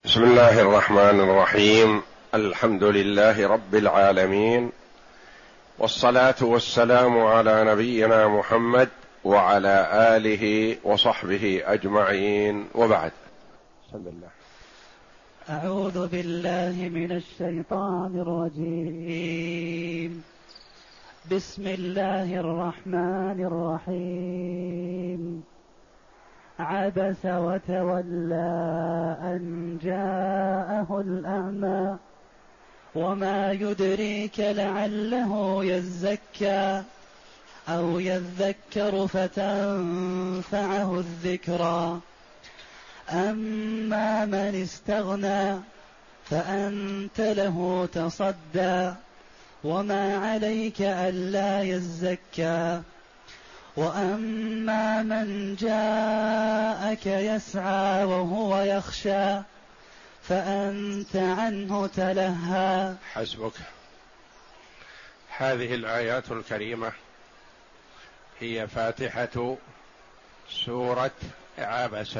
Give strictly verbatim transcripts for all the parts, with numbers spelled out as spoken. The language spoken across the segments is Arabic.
بسم الله الرحمن الرحيم. الحمد لله رب العالمين، والصلاة والسلام على نبينا محمد وعلى آله وصحبه أجمعين، وبعد. بسم الله. أعوذ بالله من الشيطان الرجيم. بسم الله الرحمن الرحيم. عبس وتولى أن جاءه الأعمى وما يدريك لعله يزكى أو يذكر فتنفعه الذكرى. أما من استغنى فأنت له تصدى وما عليك ألا يزكى. وأما من جاءك يسعى وهو يخشى فأنت عنه تلهى. حسبك. هذه الآيات الكريمة هي فاتحة سورة عبس،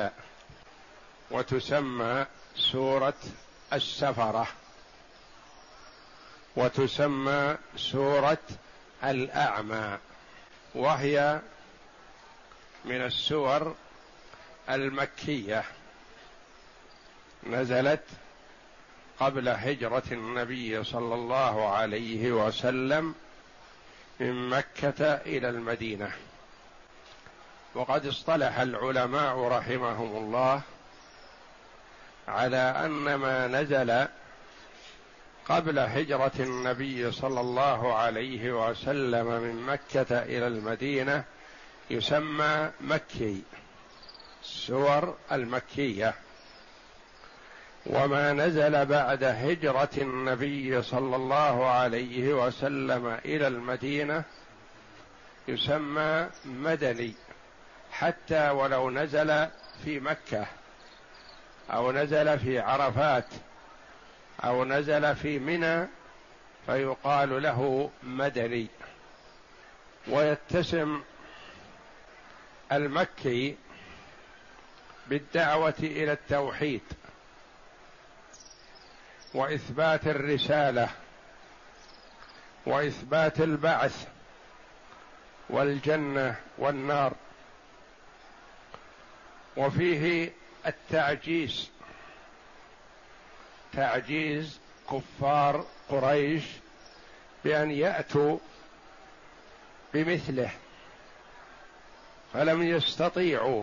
وتسمى سورة السفرة، وتسمى سورة الأعمى، وهي من السور المكية، نزلت قبل هجرة النبي صلى الله عليه وسلم من مكة إلى المدينة. وقد اصطلح العلماء رحمهم الله على أن ما نزل قبل هجرة النبي صلى الله عليه وسلم من مكة إلى المدينة يسمى مكي، السور المكية. وما نزل بعد هجرة النبي صلى الله عليه وسلم إلى المدينة يسمى مدني، حتى ولو نزل في مكة أو نزل في عرفات أو نزل في منى فيقال له مدني. ويتسم المكي بالدعوة إلى التوحيد وإثبات الرسالة وإثبات البعث والجنة والنار، وفيه التعجيز، تعجيز كفار قريش بأن يأتوا بمثله فلم يستطيعوا،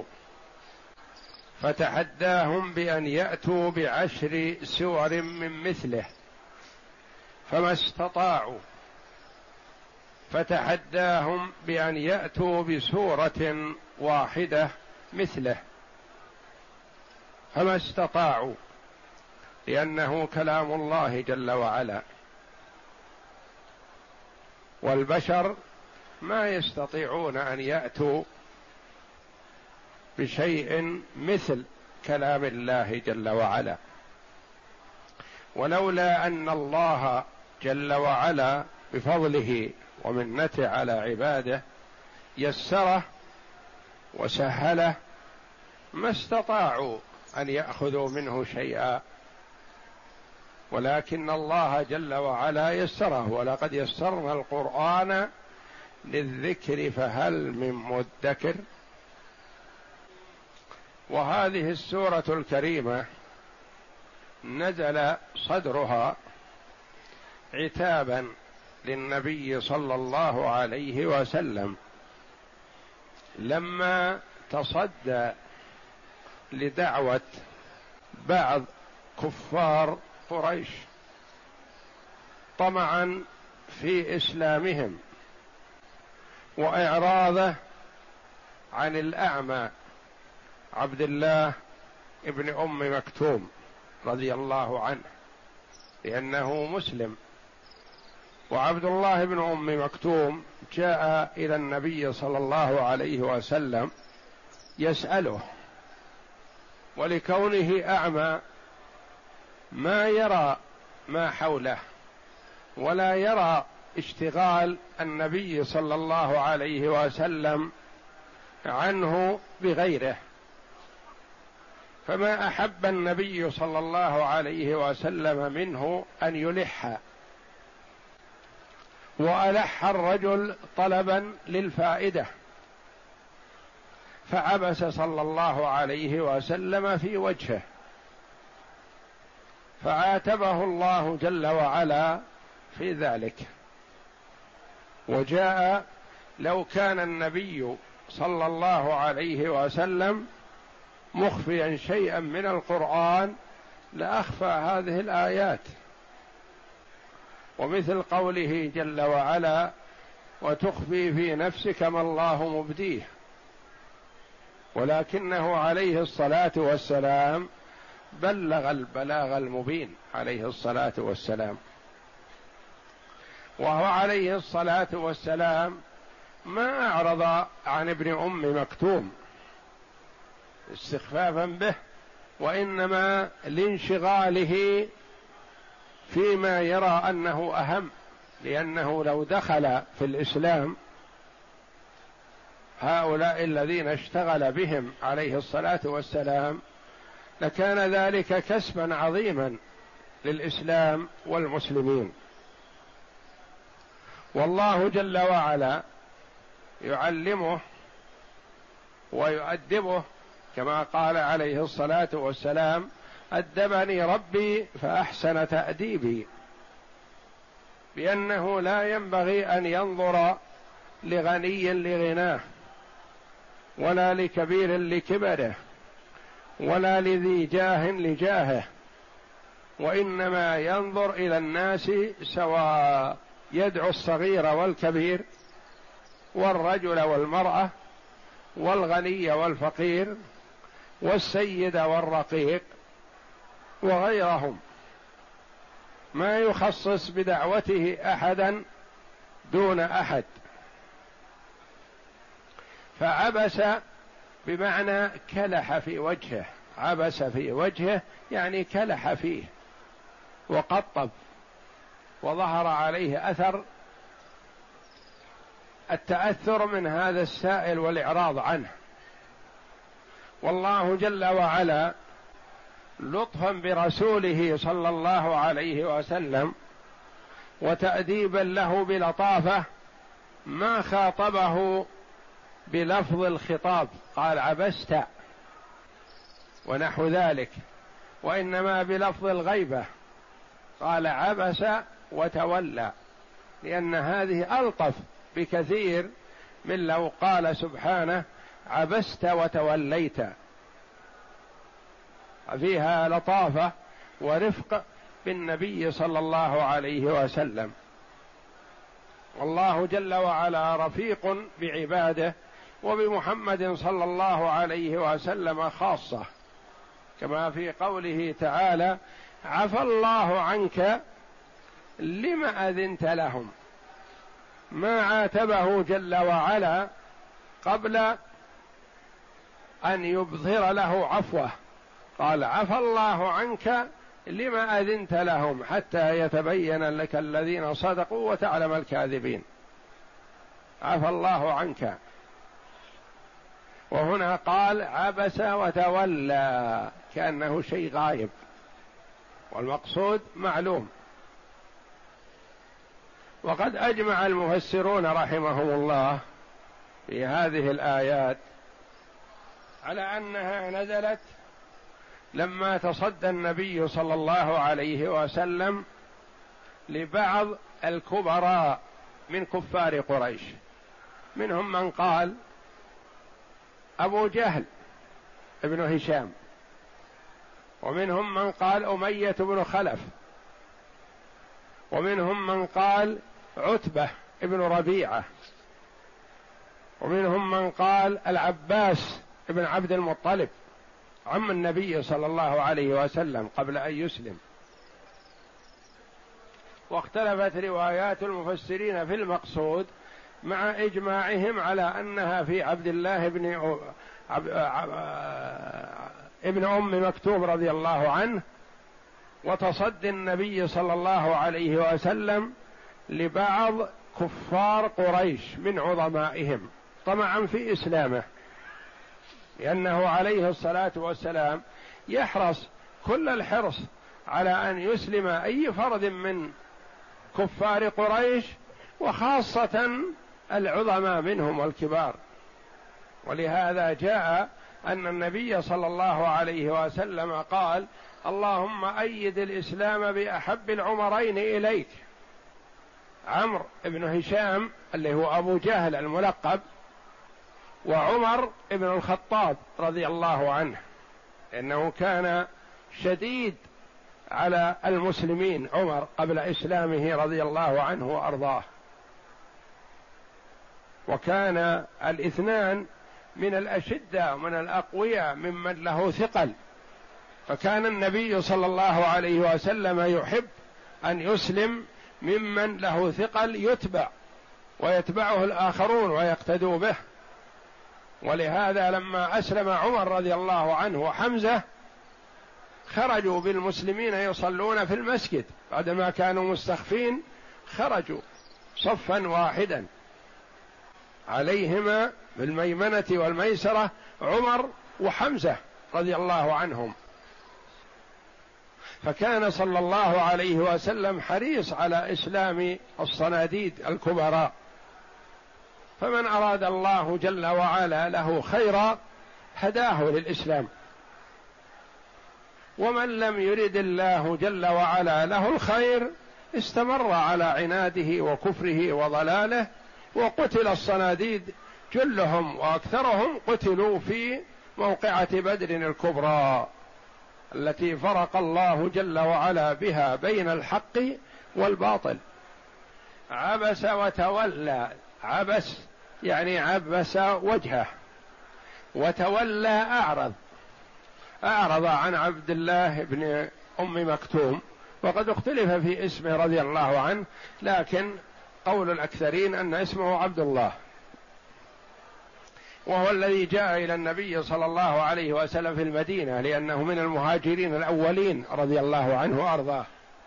فتحداهم بأن يأتوا بعشر سور من مثله فما استطاعوا، فتحداهم بأن يأتوا بسورة واحدة مثله فما استطاعوا، لأنه كلام الله جل وعلا، والبشر ما يستطيعون أن يأتوا بشيء مثل كلام الله جل وعلا. ولولا أن الله جل وعلا بفضله ومنته على عباده يسره وسهله ما استطاعوا أن يأخذوا منه شيئا، ولكن الله جل وعلا يسره. ولقد يسرنا القرآن للذكر فهل من مدكر. وهذه السورة الكريمة نزل صدرها عتابا للنبي صلى الله عليه وسلم لما تصدى لدعوة بعض كفار قريش طمعا في إسلامهم وإعراضه عن الأعمى عبد الله ابن أم مكتوم رضي الله عنه، لأنه مسلم. وعبد الله بن أم مكتوم جاء إلى النبي صلى الله عليه وسلم يسأله، ولكونه أعمى ما يرى ما حوله ولا يرى اشتغال النبي صلى الله عليه وسلم عنه بغيره، فما أحب النبي صلى الله عليه وسلم منه أن يلح، وألح الرجل طلبا للفائدة، فعبس صلى الله عليه وسلم في وجهه، فعاتبه الله جل وعلا في ذلك. وجاء لو كان النبي صلى الله عليه وسلم مخفيا شيئا من القرآن لأخفى هذه الآيات، ومثل قوله جل وعلا: وتخفي في نفسك ما الله مبديه، ولكنه عليه الصلاة والسلام بلغ البلاغ المبين عليه الصلاة والسلام. وهو عليه الصلاة والسلام ما أعرض عن ابن أم مكتوم استخفافا به، وإنما لانشغاله فيما يرى أنه أهم، لأنه لو دخل في الإسلام هؤلاء الذين اشتغل بهم عليه الصلاة والسلام لكان ذلك كسبا عظيما للإسلام والمسلمين. والله جل وعلا يعلمه ويؤدبه، كما قال عليه الصلاة والسلام: أدبني ربي فأحسن تأديبي، بأنه لا ينبغي أن ينظر لغني لغناه، ولا لكبير لكبره، ولا لذي جاه لجاهه، وإنما ينظر إلى الناس سواء، يدعو الصغير والكبير، والرجل والمرأة، والغني والفقير، والسيد والرقيق وغيرهم، ما يخصص بدعوته أحدا دون أحد. فعبس بمعنى كلح في وجهه، عبس في وجهه يعني كلح فيه وقطب، وظهر عليه أثر التأثر من هذا السائل والإعراض عنه. والله جل وعلا لطفا برسوله صلى الله عليه وسلم وتأديبا له بلطافة ما خاطبه بلفظ الخطاب قال عبست ونحو ذلك، وإنما بلفظ الغيبة قال عبس وتولى، لأن هذه ألطف بكثير من لو قال سبحانه عبست وتوليت، فيها لطافة ورفق بالنبي صلى الله عليه وسلم. والله جل وعلا رفيق بعباده، وبمحمد صلى الله عليه وسلم خاصة، كما في قوله تعالى: عفى الله عنك لم أذنت لهم، ما عاتبه جل وعلا قبل أن يبظهر له عفوه، قال: عفى الله عنك لما أذنت لهم حتى يتبين لك الذين صدقوا وتعلم الكاذبين. عفى الله عنك. وهنا قال عبس وتولى كأنه شيء غايب، والمقصود معلوم. وقد أجمع المفسرون رحمهم الله في هذه الآيات على أنها نزلت لما تصدى النبي صلى الله عليه وسلم لبعض الكبراء من كفار قريش، منهم من قال أبو جهل ابن هشام، ومنهم من قال أمية بن خلف، ومنهم من قال عتبة ابن ربيعة، ومنهم من قال العباس ابن عبد المطلب عم النبي صلى الله عليه وسلم قبل أن يسلم. واختلفت روايات المفسرين في المقصود مع إجماعهم على أنها في عبد الله بن عب... عب... ابن أم مكتوم رضي الله عنه، وتصدي النبي صلى الله عليه وسلم لبعض كفار قريش من عظمائهم طمعا في إسلامه، لأنه عليه الصلاة والسلام يحرص كل الحرص على أن يسلم أي فرد من كفار قريش، وخاصة العظماء منهم والكبار. ولهذا جاء أن النبي صلى الله عليه وسلم قال: اللهم أيد الإسلام بأحب العمرين إليك، عمرو بن هشام اللي هو أبو جهل الملقب، وعمر بن الخطاب رضي الله عنه، إنه كان شديد على المسلمين عمر قبل إسلامه رضي الله عنه وأرضاه. وكان الاثنان من الأشدة من الأقوياء ممن له ثقل، فكان النبي صلى الله عليه وسلم يحب أن يسلم ممن له ثقل يتبع ويتبعه الآخرون ويقتدوا به. ولهذا لما أسلم عمر رضي الله عنه وحمزة خرجوا بالمسلمين يصلون في المسجد بعدما كانوا مستخفين، خرجوا صفا واحدا عليهما بالميمنة والميسرة عمر وحمزة رضي الله عنهم. فكان صلى الله عليه وسلم حريص على إسلام الصناديد الكبراء، فمن أراد الله جل وعلا له خيرا هداه للإسلام، ومن لم يرد الله جل وعلا له الخير استمر على عناده وكفره وضلاله، وقتل الصناديد جلهم وأكثرهم قتلوا في موقعة بدر الكبرى التي فرق الله جل وعلا بها بين الحق والباطل. عبس وتولى، عبس يعني عبس وجهه، وتولى أعرض، أعرض عن عبد الله بن أم مكتوم، وقد اختلف في اسمه رضي الله عنه، لكن قول الأكثرين أن اسمه عبد الله، وهو الذي جاء إلى النبي صلى الله عليه وسلم في المدينة لأنه من المهاجرين الأولين رضي الله عنه وأرضاه،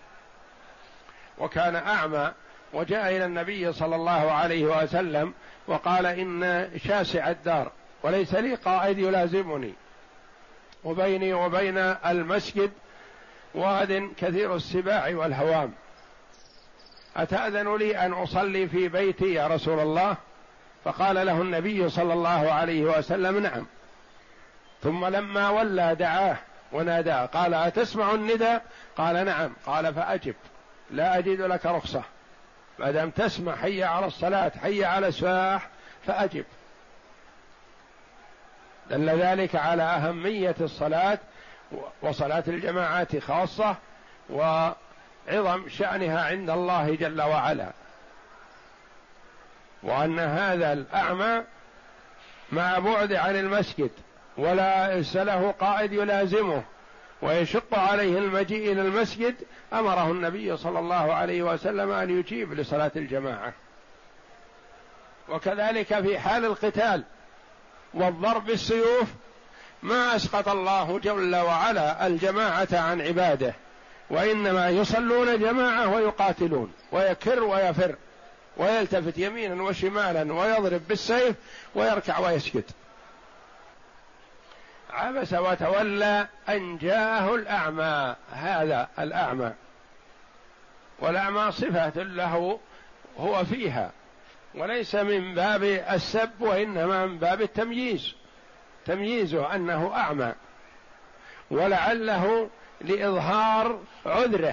وكان أعمى، وجاء إلى النبي صلى الله عليه وسلم وقال: إن شاسع الدار وليس لي قائد يلازمني، وبيني وبين المسجد واد كثير السباع والهوام، أتأذن لي أن أصلي في بيتي يا رسول الله؟ فقال له النبي صلى الله عليه وسلم: نعم. ثم لما ولى دعاه وناداه قال: أتسمع النداء؟ قال: نعم. قال: فأجب، لا أجد لك رخصة، ما دام تسمع حي على الصلاة حي على السواح فأجب. دل ذلك على أهمية الصلاة وصلاة الجماعات خاصة، وعظم شأنها عند الله جل وعلا، وأن هذا الأعمى مع بعد عن المسجد ولا ليس له قائد يلازمه ويشق عليه المجيء إلى المسجد، أمره النبي صلى الله عليه وسلم أن يجيب لصلاة الجماعة. وكذلك في حال القتال والضرب بالسيوف ما أسقط الله جل وعلا الجماعة عن عباده، وإنما يصلون جماعة ويقاتلون، ويكر ويفر ويلتفت يمينا وشمالا ويضرب بالسيف ويركع ويسجد. عبس وتولى أن جاءه الأعمى، هذا الأعمى، والأعمى صفة له هو فيها، وليس من باب السب وإنما من باب التمييز، تمييزه أنه أعمى، ولعله لإظهار عذره،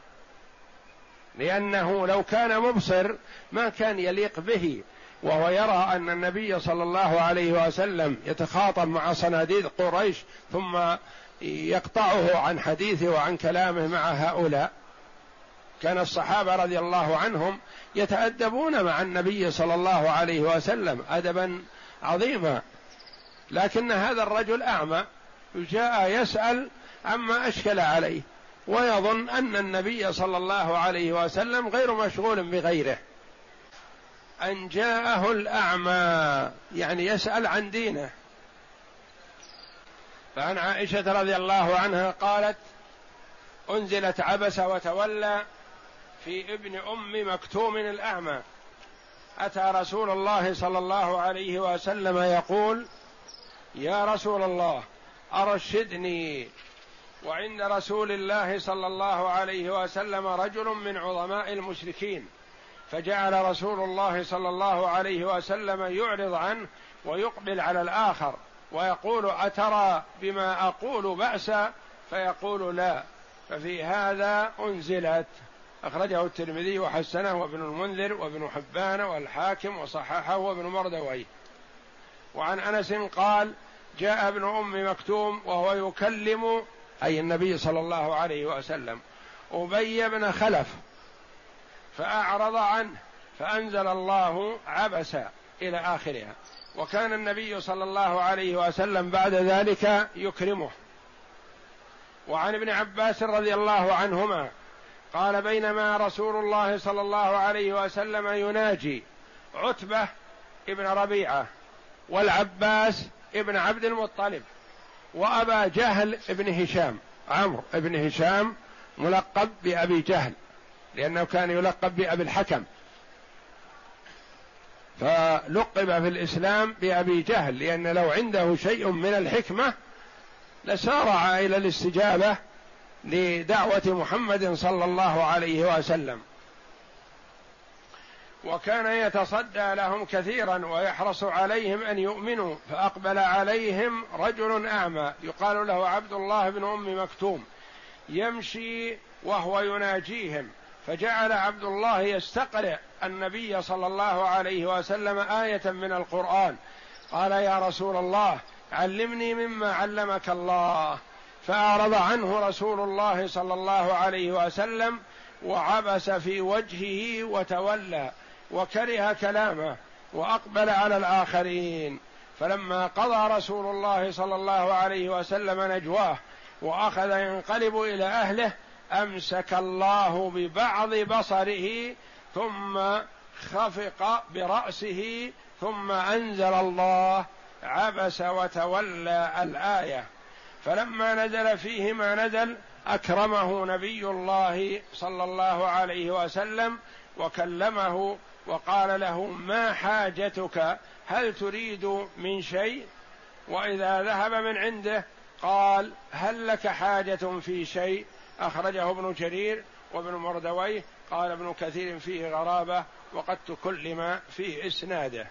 لأنه لو كان مبصر ما كان يليق به، وهو يرى أن النبي صلى الله عليه وسلم يتخاطب مع صناديد قريش ثم يقطعه عن حديثه وعن كلامه مع هؤلاء. كان الصحابة رضي الله عنهم يتأدبون مع النبي صلى الله عليه وسلم أدبا عظيما، لكن هذا الرجل أعمى جاء يسأل عما أشكل عليه، ويظن أن النبي صلى الله عليه وسلم غير مشغول بغيره. أن جاءه الأعمى يعني يسأل عن دينه. فعن عائشة رضي الله عنها قالت: أنزلت عبس وتولى في ابن أم مكتوم الأعمى، أتى رسول الله صلى الله عليه وسلم يقول: يا رسول الله أرشدني وعند رسول الله صلى الله عليه وسلم رجل من عظماء المشركين، فجعل رسول الله صلى الله عليه وسلم يعرض عنه ويقبل على الآخر ويقول: أترى بما أقول بأسا؟ فيقول: لا. ففي هذا أنزلت. أخرجه الترمذي وحسنه وابن المنذر وابن حبان والحاكم وصححه وابن مردويه. وعن أنس قال: جاء ابن أم مكتوم وهو يكلم، أي النبي صلى الله عليه وسلم، أبي بن خلف، فأعرض عنه فأنزل الله عبس إلى آخرها. وكان النبي صلى الله عليه وسلم بعد ذلك يكرمه. وعن ابن عباس رضي الله عنهما قال: بينما رسول الله صلى الله عليه وسلم يناجي عتبة ابن ربيعة والعباس ابن عبد المطلب وأبا جهل ابن هشام، عمرو ابن هشام ملقب بأبي جهل لأنه كان يلقب بأبي الحكم، فلقب في الإسلام بأبي جهل، لأن لو عنده شيء من الحكمة لسارع إلى الاستجابة لدعوة محمد صلى الله عليه وسلم، وكان يتصدى لهم كثيرا ويحرص عليهم أن يؤمنوا. فأقبل عليهم رجل أعمى يقال له عبد الله بن أم مكتوم يمشي وهو يناجيهم، فجعل عبد الله يستقرئ النبي صلى الله عليه وسلم آية من القرآن. قال: يا رسول الله علمني مما علمك الله. فأعرض عنه رسول الله صلى الله عليه وسلم وعبس في وجهه وتولى وكره كلامه وأقبل على الآخرين. فلما قضى رسول الله صلى الله عليه وسلم نجواه وأخذ ينقلب إلى أهله أمسك الله ببعض بصره ثم خفق برأسه، ثم أنزل الله عبس وتولى الآية. فلما نزل فيه ما نزل أكرمه نبي الله صلى الله عليه وسلم وكلمه وقال له: ما حاجتك؟ هل تريد من شيء؟ وإذا ذهب من عنده قال: هل لك حاجة في شيء؟ أخرجه ابن جرير وابن مردويه. قال ابن كثير: فيه غرابة وقد تكلم في إسناده.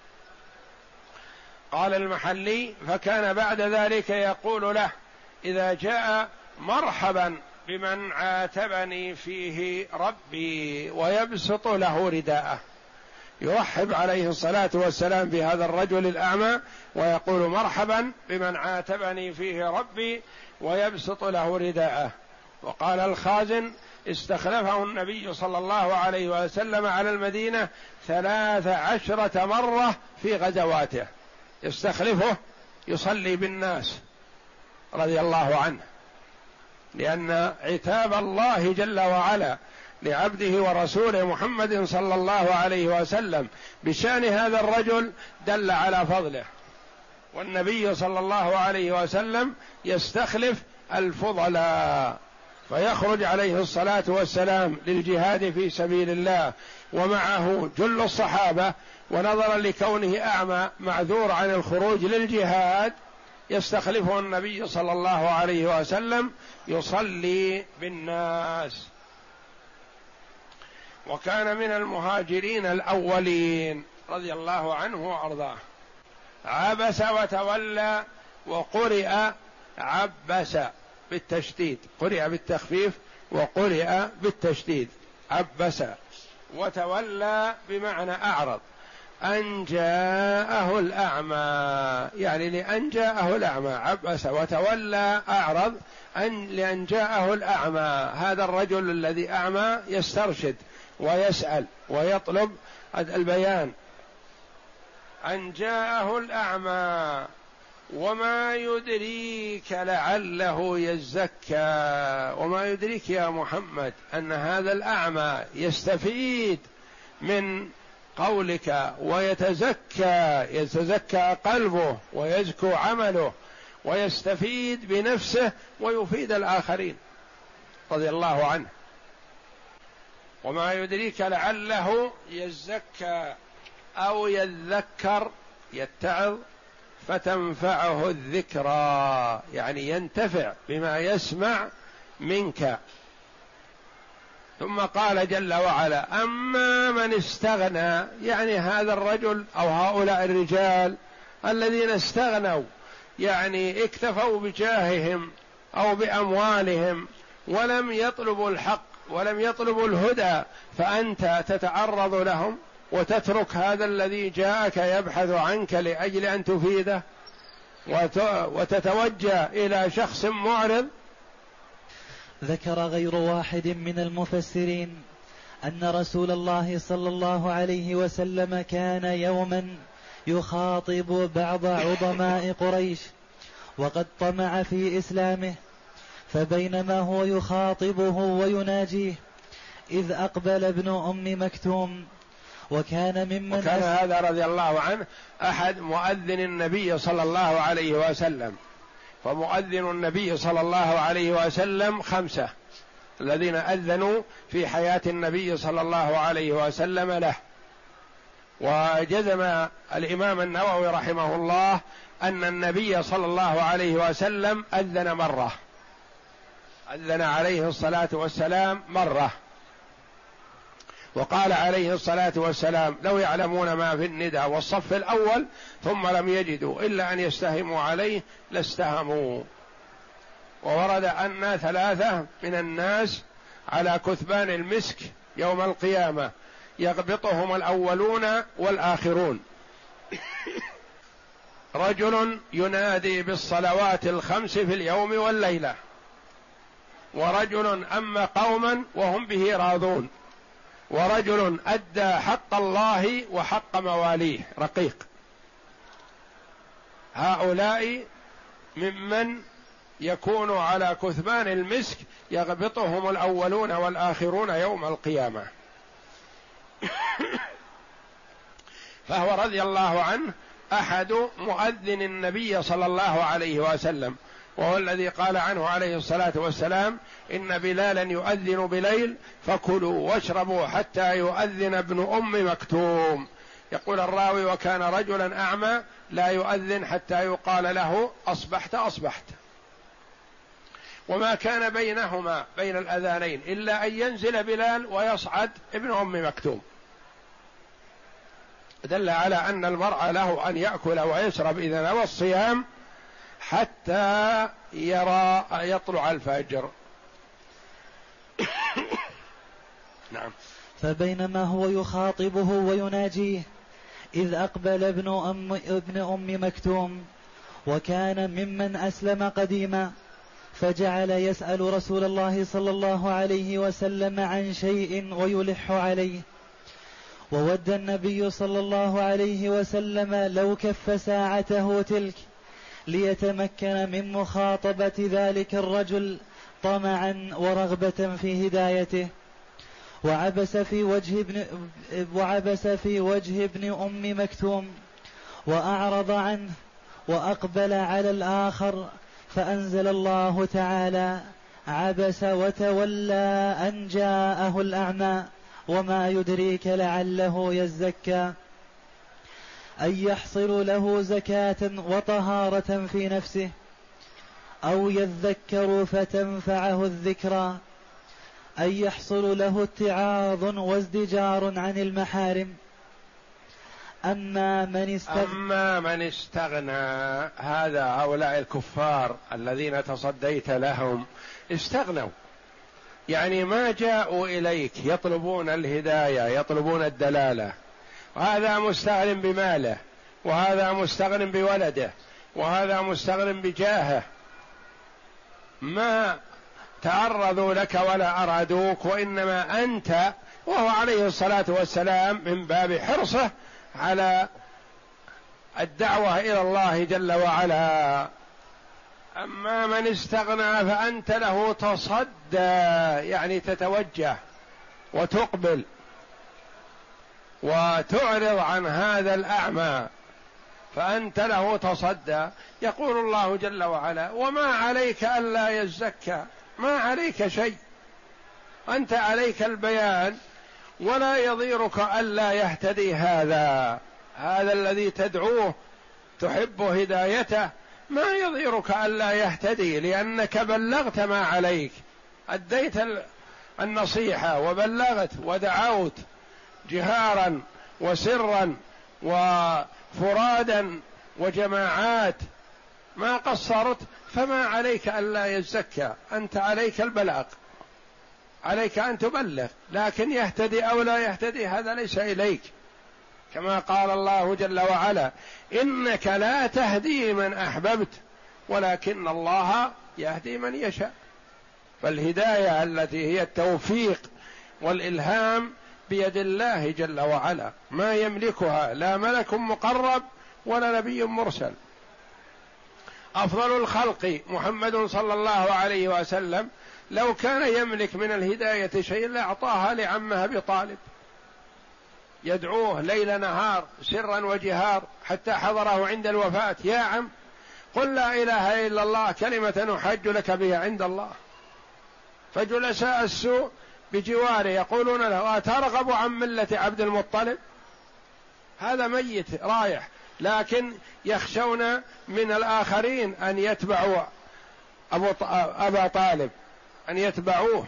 قال المحلي: فكان بعد ذلك يقول له إذا جاء: مرحبا بمن عاتبني فيه ربي، ويبسط له رداءه. يرحب عليه الصلاة والسلام بهذا الرجل الأعمى ويقول: مرحبا بمن عاتبني فيه ربي، ويبسط له رداءه. وقال الخازن: استخلفه النبي صلى الله عليه وسلم على المدينة ثلاث عشرة مرة في غزواته، يستخلفه يصلي بالناس رضي الله عنه، لأن عتاب الله جل وعلا لعبده ورسوله محمد صلى الله عليه وسلم بشأن هذا الرجل دل على فضله. والنبي صلى الله عليه وسلم يستخلف الفضلاء، فيخرج عليه الصلاة والسلام للجهاد في سبيل الله ومعه جل الصحابة، ونظرا لكونه أعمى معذور عن الخروج للجهاد يستخلفه النبي صلى الله عليه وسلم يصلي بالناس. وكان من المهاجرين الأولين رضي الله عنه وأرضاه. عبس وتولى، وقرئ عبس بالتشديد، قرئ بالتخفيف وقرئ بالتشديد. عبس وتولى بمعنى أعرض، أن جاءه الأعمى، يعني لأن جاءه الأعمى. عبس وتولى أعرض أن لأن جاءه الأعمى. هذا الرجل الذي أعمى يسترشد ويسأل ويطلب البيان. أن جاءه الأعمى وما يدريك لعله يزكى. وما يدريك يا محمد أن هذا الأعمى يستفيد من قولك ويتزكى، يتزكى قلبه ويزكو عمله ويستفيد بنفسه ويفيد الآخرين رضي الله عنه. وما يدريك لعله يزكى أو يذكر، يتعظ فتنفعه الذكرى، يعني ينتفع بما يسمع منك. ثم قال جل وعلا: أما من استغنى، يعني هذا الرجل أو هؤلاء الرجال الذين استغنوا، يعني اكتفوا بجاههم أو بأموالهم ولم يطلبوا الحق ولم يطلبوا الهدى، فأنت تتعرض لهم وتترك هذا الذي جاءك يبحث عنك لأجل أن تفيده وتتوجه إلى شخص معرض. ذكر غير واحد من المفسرين أن رسول الله صلى الله عليه وسلم كان يوما يخاطب بعض عظماء قريش وقد طمع في إسلامه، فبينما هو يخاطبه ويناجيه إذ أقبل ابن أم مكتوم وكان ممن وكان هذا رضي الله عنه أحد مؤذن النبي صلى الله عليه وسلم، فمؤذن النبي صلى الله عليه وسلم خمسة الذين أذنوا في حياة النبي صلى الله عليه وسلم له. وجزم الإمام النووي رحمه الله أن النبي صلى الله عليه وسلم أذن مرة، أذن عليه الصلاة والسلام مرة، وقال عليه الصلاة والسلام: لو يعلمون ما في الندى والصف الأول ثم لم يجدوا إلا أن يستهموا عليه لاستهموا. وورد أن ثلاثة من الناس على كثبان المسك يوم القيامة يغبطهم الأولون والآخرون: رجل ينادي بالصلوات الخمس في اليوم والليلة، ورجل أما قوما وهم به راضون، ورجل أدى حق الله وحق مواليه رقيق. هؤلاء ممن يكون على كثبان المسك يغبطهم الأولون والآخرون يوم القيامة. فهو رضي الله عنه أحد مؤذن النبي صلى الله عليه وسلم، وهو الذي قال عنه عليه الصلاة والسلام: إن بلالا يؤذن بليل فكلوا واشربوا حتى يؤذن ابن أم مكتوم. يقول الراوي: وكان رجلا أعمى لا يؤذن حتى يقال له أصبحت أصبحت. وما كان بينهما بين الأذانين إلا أن ينزل بلال ويصعد ابن أم مكتوم، دل على أن المرء له أن يأكل ويشرب إذا نوى الصيام حتى يرى يطلع الفجر. نعم. فبينما هو يخاطبه ويناجيه إذ أقبل ابن أم, ابن أم مكتوم وكان ممن أسلم قديما، فجعل يسأل رسول الله صلى الله عليه وسلم عن شيء ويلح عليه. وود النبي صلى الله عليه وسلم لو كف ساعته تلك ليتمكن من مخاطبة ذلك الرجل طمعا ورغبة في هدايته. وعبس في وجه ابن وعبس في وجه ابن أم مكتوم وأعرض عنه وأقبل على الآخر، فأنزل الله تعالى: عبس وتولى أن جاءه الأعمى وما يدريك لعله يزكى، أن يحصل له زكاة وطهارة في نفسه أو يذكر فتنفعه الذكرى، أن يحصل له اتعاظ وازدجار عن المحارم. أما من استغنى, أما من استغنى هذا هؤلاء الكفار الذين تصديت لهم استغنوا، يعني ما جاءوا إليك يطلبون الهداية يطلبون الدلالة. وهذا مستغن بماله، وهذا مستغن بولده، وهذا مستغن بجاهه، ما تعرضوا لك ولا أرادوك، وإنما أنت. وهو عليه الصلاة والسلام من باب حرصه على الدعوة إلى الله جل وعلا. أما من استغنى فأنت له تصدى، يعني تتوجه وتقبل وتعرض عن هذا الأعمى، فأنت له تصدى. يقول الله جل وعلا: وما عليك ألا يزكى، ما عليك شيء، أنت عليك البيان، ولا يضيرك ألا يهتدي هذا هذا الذي تدعوه تحب هدايته ما يضيرك ألا يهتدي، لأنك بلغت ما عليك، أديت النصيحة وبلغت ودعوت جهارا وسرا وفرادا وجماعات، ما قصرت، فما عليك ألا يزكى، أنت عليك البلاغ، عليك أن تبلغ، لكن يهتدي أو لا يهتدي هذا ليس إليك، كما قال الله جل وعلا: إنك لا تهدي من أحببت ولكن الله يهدي من يشاء. فالهداية التي هي التوفيق والإلهام بيد الله جل وعلا، ما يملكها لا ملك مقرب ولا نبي مرسل. أفضل الخلق محمد صلى الله عليه وسلم لو كان يملك من الهداية شيء لأعطاها لعمه أبي طالب، يدعوه ليل نهار سرا وجهار حتى حضره عند الوفاة: يا عم قل لا إله إلا الله كلمة أحج لك بها عند الله. فجلساء السوء بجواره يقولون له: أترغب عن ملة عبد المطلب؟ هذا ميت رايح، لكن يخشون من الآخرين أن يتبعوا أبو أبا طالب، أن يتبعوه.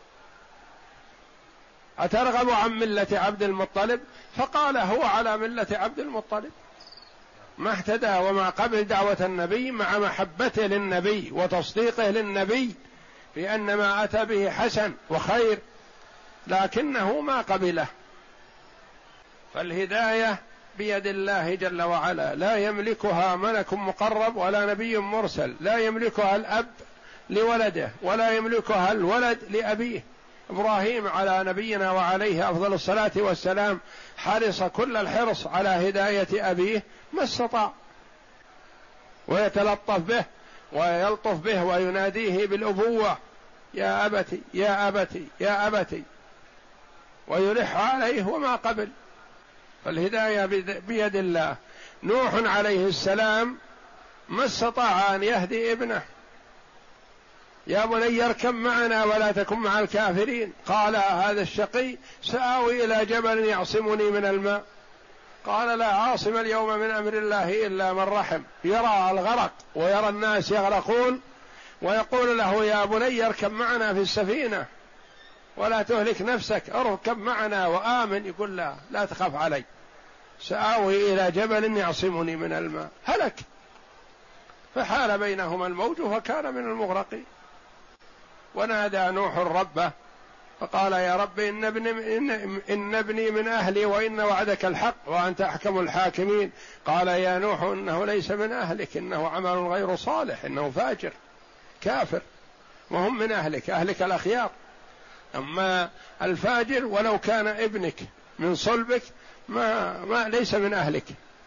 أترغب عن ملة عبد المطلب؟ فقال: هو على ملة عبد المطلب، ما اهتدى وما قبل دعوة النبي مع محبته للنبي وتصديقه للنبي بأن ما أتى به حسن وخير، لكنه ما قبله. فالهداية بيد الله جل وعلا، لا يملكها ملك مقرب ولا نبي مرسل، لا يملكها الأب لولده ولا يملكها الولد لأبيه. إبراهيم على نبينا وعليه أفضل الصلاة والسلام حرص كل الحرص على هداية أبيه ما استطاع، ويتلطف به ويلطف به ويناديه بالأبوة: يا أبتي يا أبتي يا أبتي، ويلح عليه وما قبل. فالهداية بيد الله. نوح عليه السلام ما استطاع أن يهدي ابنه: يا بني اركب معنا ولا تكن مع الكافرين. قال هذا الشقي: سآوي إلى جبل يعصمني من الماء. قال: لا عاصم اليوم من أمر الله إلا من رحم. يرى الغرق ويرى الناس يغرقون ويقول له: يا بني اركب معنا في السفينة ولا تهلك نفسك، اركب معنا وآمن. يقول: لا لا تخاف علي، سآوي إلى جبل يعصمني من الماء. هلك، فحال بينهما الموج فكان من المغرقين. ونادى نوح ربه فقال: يا رب إن ابني, إن ابني من أهلي وإن وعدك الحق وأنت أحكم الحاكمين. قال: يا نوح إنه ليس من أهلك، إنه عمل غير صالح، إنه فاجر كافر، وهم من أهلك، أهلك الأخيار. أما الفاجر ولو كان ابنك من صلبك ما, ما ليس من أهلك.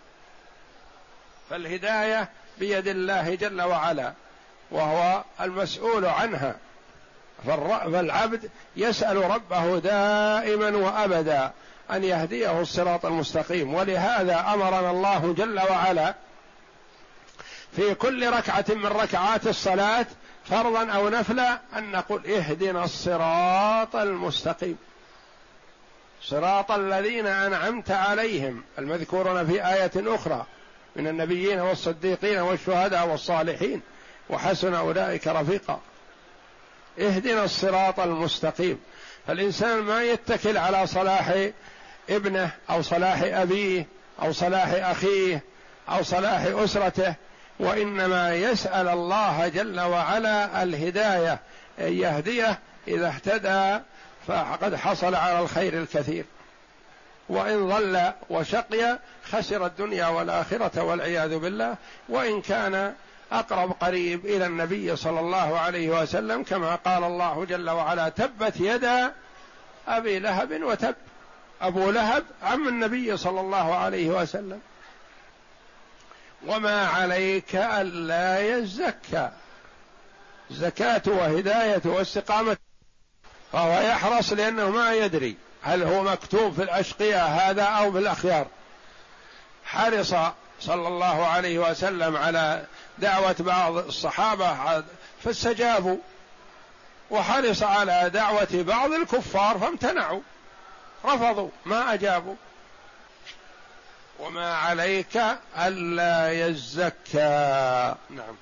فالهداية بيد الله جل وعلا وهو المسؤول عنها. فالعبد يسأل ربه دائما وأبدا أن يهديه الصراط المستقيم. ولهذا أمرنا الله جل وعلا في كل ركعة من ركعات الصلاة فرضا أو نفلا أن نقول: اهدنا الصراط المستقيم، صراط الذين أنعمت عليهم، المذكورون في آية أخرى من النبيين والصديقين والشهداء والصالحين وحسن أولئك رفيقا. اهدنا الصراط المستقيم. فالإنسان ما يتكل على صلاح ابنه أو صلاح أبيه أو صلاح أخيه أو صلاح أسرته، وإنما يسأل الله جل وعلا الهداية، أن يهديه. إذا اهتدى فقد حصل على الخير الكثير، وإن ضل وشقي خسر الدنيا والآخرة والعياذ بالله. وإن كان أقرب قريب إلى النبي صلى الله عليه وسلم كما قال الله جل وعلا: تبت يدا أبي لهب وتب. أبو لهب عم النبي صلى الله عليه وسلم. وما عليك ألا يزكى، زكاة وهداية واستقامة. فهو يحرص لأنه ما يدري هل هو مكتوب في الأشقياء هذا أو في الأخيار. حرص صلى الله عليه وسلم على دعوة بعض الصحابة فاستجابوا، وحرص على دعوة بعض الكفار فامتنعوا، رفضوا ما أجابوا. وما عليك ألا يزكى. نعم.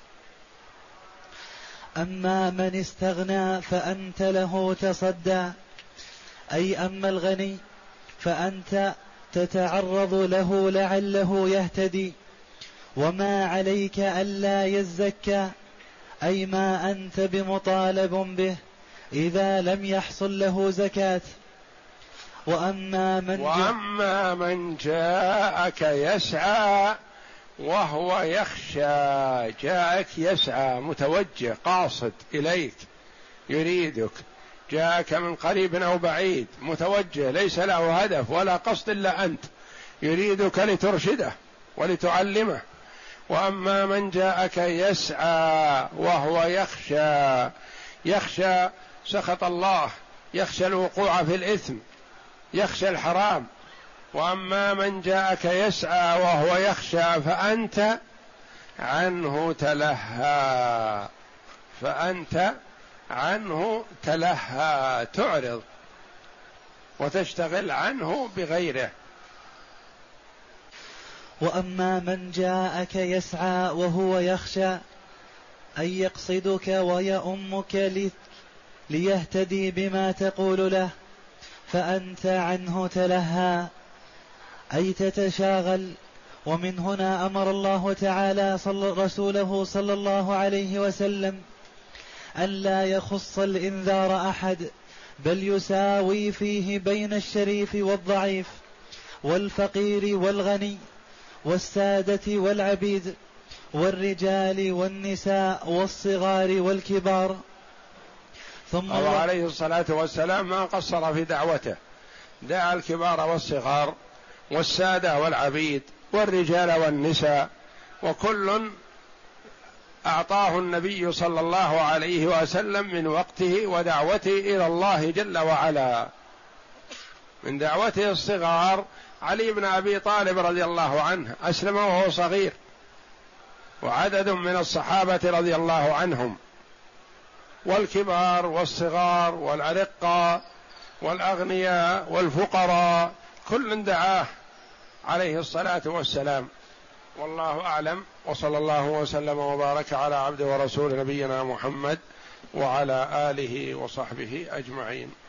أما من استغنى فأنت له تصدى، أي أما الغني فأنت تتعرض له لعله يهتدي. وما عليك ألا يزكى، أي ما أنت بمطالب به إذا لم يحصل له زكاة. وأما من, وأما من جاءك يسعى وهو يخشى، جاءك يسعى متوجه قاصد إليك يريدك، جاءك من قريب أو بعيد متوجه ليس له هدف ولا قصد إلا أنت، يريدك لترشده ولتعلمه. وأما من جاءك يسعى وهو يخشى، يخشى سخط الله، يخشى الوقوع في الإثم، يخشى الحرام. وأما من جاءك يسعى وهو يخشى فأنت عنه تلهى، فأنت عنه تلهى، تعرض وتشتغل عنه بغيره. وأما من جاءك يسعى وهو يخشى، أي يقصدك ويؤمك ليهتدي بما تقول له، فأنت عنه تلهى، أي تتشاغل. ومن هنا أمر الله تعالى صلى رسوله صلى الله عليه وسلم أن لا يخص الإنذار أحد، بل يساوي فيه بين الشريف والضعيف والفقير والغني والسادة والعبيد والرجال والنساء والصغار والكبار. ثم الله عليه الصلاة والسلام ما قصر في دعوته، دعا الكبار والصغار والسادة والعبيد والرجال والنساء، وكل أعطاه النبي صلى الله عليه وسلم من وقته ودعوته إلى الله جل وعلا. من دعوته الصغار علي بن أبي طالب رضي الله عنه أسلم وهو صغير، وعدد من الصحابة رضي الله عنهم، والكبار والصغار والأرقاء والأغنياء والفقراء، كل دعاه عليه الصلاة والسلام. والله أعلم، وصلى الله وسلم وبارك على عبد ورسول نبينا محمد وعلى آله وصحبه أجمعين.